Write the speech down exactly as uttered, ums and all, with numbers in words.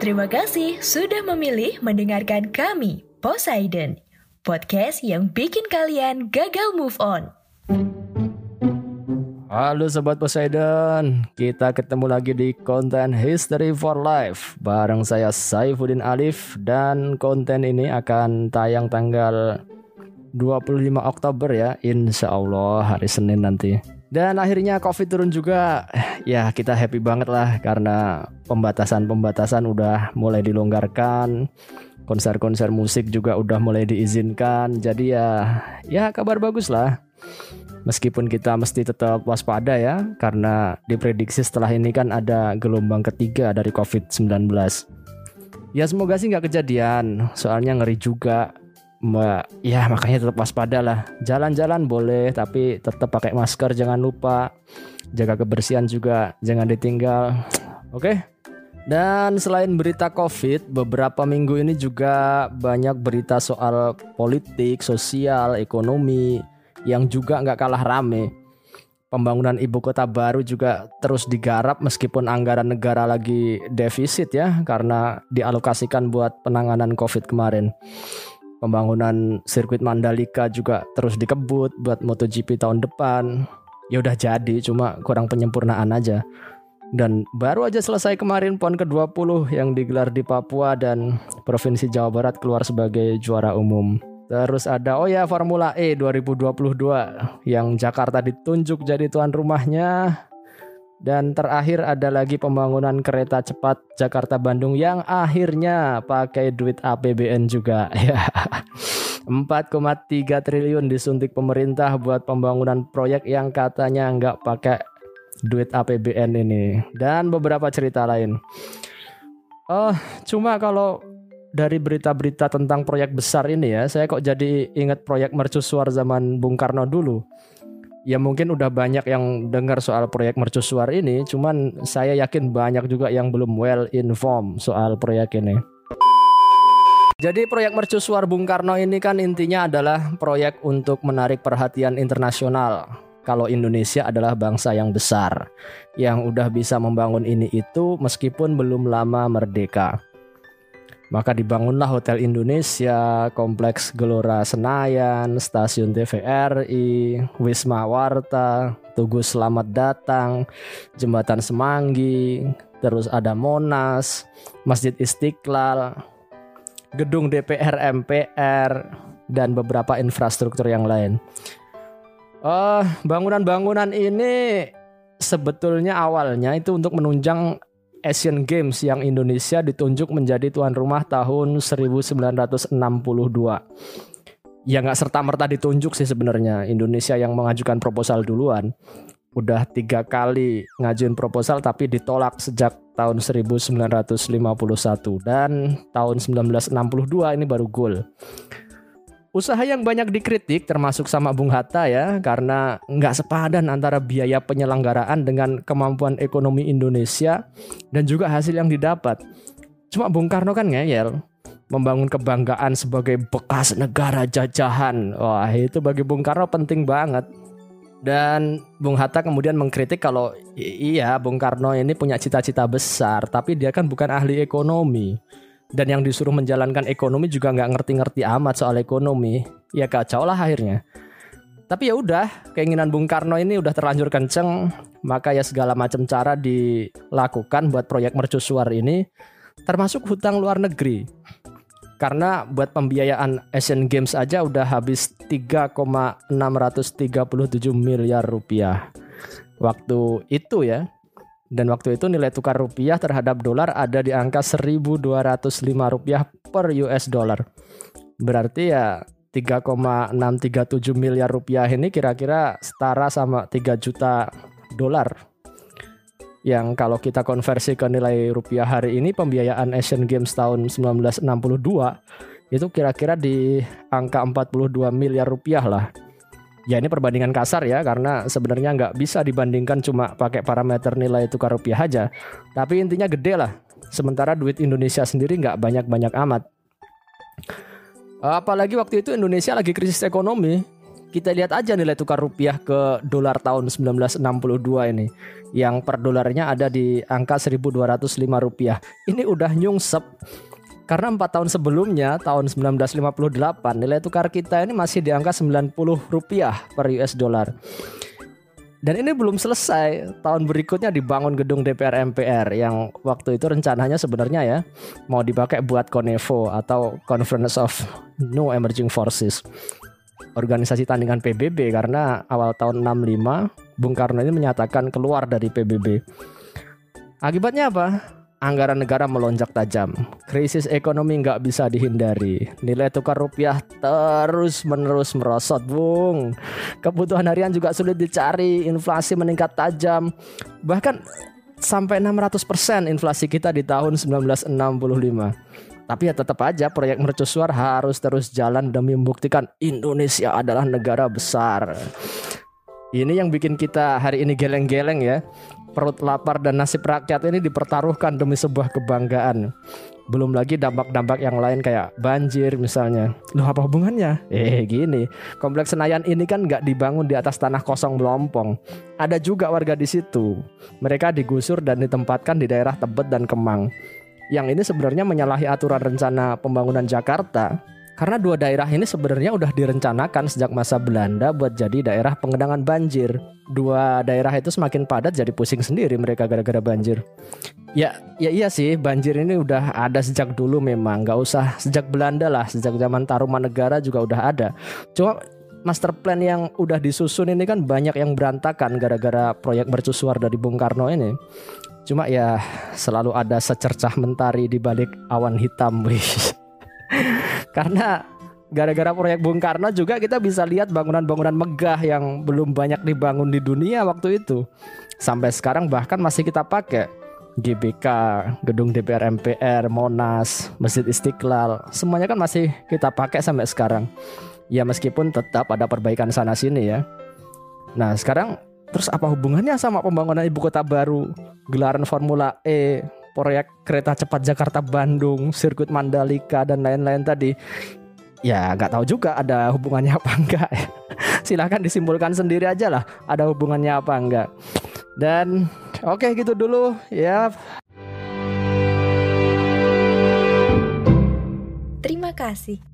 Terima kasih sudah memilih mendengarkan kami, Poseidon, podcast yang bikin kalian gagal move on. Halo Sobat Poseidon, kita ketemu lagi di konten History for Life bareng saya Saifuddin Alif, dan konten ini akan tayang tanggal dua puluh lima Oktober ya, insya Allah hari Senin nanti. Dan akhirnya Covid turun juga. Ya kita happy banget lah karena pembatasan-pembatasan udah mulai dilonggarkan. Konser-konser musik juga udah mulai diizinkan. Jadi ya ya kabar bagus lah. Meskipun kita mesti tetap waspada ya, karena diprediksi setelah ini kan ada gelombang ketiga dari covid sembilan belas. Ya semoga sih gak kejadian, soalnya ngeri juga. Mbak, ya makanya tetap waspada lah. Jalan-jalan boleh, tapi tetap pakai masker jangan lupa. Jaga kebersihan juga jangan ditinggal. Oke. Dan selain berita Covid, beberapa minggu ini juga banyak berita soal politik, sosial, ekonomi yang juga nggak kalah rame. Pembangunan ibu kota baru juga terus digarap meskipun anggaran negara lagi defisit ya, karena dialokasikan buat penanganan Covid kemarin. Pembangunan sirkuit Mandalika juga terus dikebut buat MotoGP tahun depan. Ya udah jadi, cuma kurang penyempurnaan aja. Dan baru aja selesai kemarin PON ke dua puluh yang digelar di Papua, dan Provinsi Jawa Barat keluar sebagai juara umum. Terus ada oh ya Formula E dua ribu dua puluh dua yang Jakarta ditunjuk jadi tuan rumahnya. Dan terakhir ada lagi pembangunan kereta cepat Jakarta-Bandung yang akhirnya pakai duit A P B N juga. empat koma tiga triliun disuntik pemerintah buat pembangunan proyek yang katanya nggak pakai duit A P B N ini. Dan beberapa cerita lain. Oh, cuma kalau dari berita-berita tentang proyek besar ini ya, saya kok jadi ingat proyek mercusuar zaman Bung Karno dulu. Ya mungkin udah banyak yang dengar soal proyek mercusuar ini, cuman saya yakin banyak juga yang belum well informed soal proyek ini. Jadi proyek mercusuar Bung Karno ini kan intinya adalah proyek untuk menarik perhatian internasional. Kalau Indonesia adalah bangsa yang besar, yang udah bisa membangun ini itu meskipun belum lama merdeka. Maka dibangunlah Hotel Indonesia, Kompleks Gelora Senayan, Stasiun T V R I, Wisma Warta, Tugu Selamat Datang, Jembatan Semanggi, terus ada Monas, Masjid Istiqlal, Gedung D P R M P R, dan beberapa infrastruktur yang lain. Oh, bangunan-bangunan ini sebetulnya awalnya itu untuk menunjang Asian Games yang Indonesia ditunjuk menjadi tuan rumah tahun seribu sembilan ratus enam puluh dua. Ya nggak serta-merta ditunjuk sih sebenarnya. Indonesia yang mengajukan proposal duluan. Udah tiga kali ngajuin proposal tapi ditolak sejak tahun seribu sembilan ratus lima puluh satu. Dan tahun seribu sembilan ratus enam puluh dua ini baru goal. Usaha yang banyak dikritik termasuk sama Bung Hatta ya, karena nggak sepadan antara biaya penyelenggaraan dengan kemampuan ekonomi Indonesia dan juga hasil yang didapat. Cuma Bung Karno kan ngeyel, membangun kebanggaan sebagai bekas negara jajahan. Wah itu bagi Bung Karno penting banget. Dan Bung Hatta kemudian mengkritik kalau i- iya Bung Karno ini punya cita-cita besar, tapi dia kan bukan ahli ekonomi. Dan yang disuruh menjalankan ekonomi juga nggak ngerti-ngerti amat soal ekonomi. Ya kacau lah akhirnya. Tapi ya udah, keinginan Bung Karno ini udah terlanjur kenceng, maka ya segala macam cara dilakukan buat proyek mercusuar ini, termasuk hutang luar negeri. Karena buat pembiayaan Asian Games aja udah habis tiga koma enam tiga tujuh miliar rupiah. Waktu itu ya. Dan waktu itu nilai tukar rupiah terhadap dolar ada di angka seribu dua ratus lima rupiah per U S dollar. Berarti ya tiga koma enam tiga tujuh miliar rupiah ini kira-kira setara sama tiga juta dolar. Yang kalau kita konversi ke nilai rupiah hari ini, pembiayaan Asian Games tahun seribu sembilan ratus enam puluh dua itu kira-kira di angka empat puluh dua miliar rupiah lah. Ya ini perbandingan kasar ya, karena sebenarnya nggak bisa dibandingkan cuma pakai parameter nilai tukar rupiah aja. Tapi intinya gede lah. Sementara duit Indonesia sendiri nggak banyak-banyak amat. Apalagi waktu itu Indonesia lagi krisis ekonomi. Kita lihat aja nilai tukar rupiah ke dolar tahun sembilan belas enam puluh dua ini, yang per dolarnya ada di angka seribu dua ratus lima rupiah. Ini udah nyungsep. Karena empat tahun sebelumnya, tahun sembilan belas lima puluh delapan, nilai tukar kita ini masih di angka sembilan puluh rupiah per U S dollar. Dan ini belum selesai. Tahun berikutnya dibangun gedung D P R M P R yang waktu itu rencananya sebenarnya ya mau dipakai buat Konevo atau Conference of New Emerging Forces, organisasi tandingan P B B, karena awal tahun enam puluh lima Bung Karno ini menyatakan keluar dari P B B. Akibatnya apa? Anggaran negara melonjak tajam. Krisis ekonomi nggak bisa dihindari. Nilai tukar rupiah terus menerus merosot, Bung. Kebutuhan harian juga sulit dicari. Inflasi meningkat tajam. Bahkan sampai enam ratus persen inflasi kita di tahun sembilan belas enam puluh lima. Tapi ya tetap aja proyek mercusuar harus terus jalan demi membuktikan Indonesia adalah negara besar. Ini yang bikin kita hari ini geleng-geleng ya. Perut lapar dan nasib rakyat ini dipertaruhkan demi sebuah kebanggaan. Belum lagi dampak-dampak yang lain kayak banjir misalnya. Loh, apa hubungannya? Eh gini, Kompleks Senayan ini kan gak dibangun di atas tanah kosong melompong. Ada juga warga di situ. Mereka digusur dan ditempatkan di daerah Tebet dan Kemang. Yang ini sebenarnya menyalahi aturan rencana pembangunan Jakarta. Karena dua daerah ini sebenarnya udah direncanakan sejak masa Belanda buat jadi daerah pengenangan banjir. Dua daerah itu semakin padat jadi pusing sendiri mereka gara-gara banjir. Ya, ya iya sih, banjir ini udah ada sejak dulu memang. Gak usah sejak Belanda lah, sejak zaman Tarumanegara juga udah ada. Cuma master plan yang udah disusun ini kan banyak yang berantakan gara-gara proyek mercusuar dari Bung Karno ini. Cuma ya selalu ada secercah mentari di balik awan hitam. Karena gara-gara proyek Bung Karno juga kita bisa lihat bangunan-bangunan megah yang belum banyak dibangun di dunia waktu itu. Sampai sekarang bahkan masih kita pakai. G B K, gedung D P R M P R, Monas, Masjid Istiqlal, semuanya kan masih kita pakai sampai sekarang. Ya meskipun tetap ada perbaikan sana sini ya. Nah sekarang terus apa hubungannya sama pembangunan ibu kota baru, gelaran Formula E, proyek kereta cepat Jakarta-Bandung, sirkuit Mandalika dan lain-lain tadi? Ya nggak tahu juga ada hubungannya apa enggak. Silahkan disimpulkan sendiri aja lah ada hubungannya apa enggak. Dan oke okay, gitu dulu ya. Terima kasih.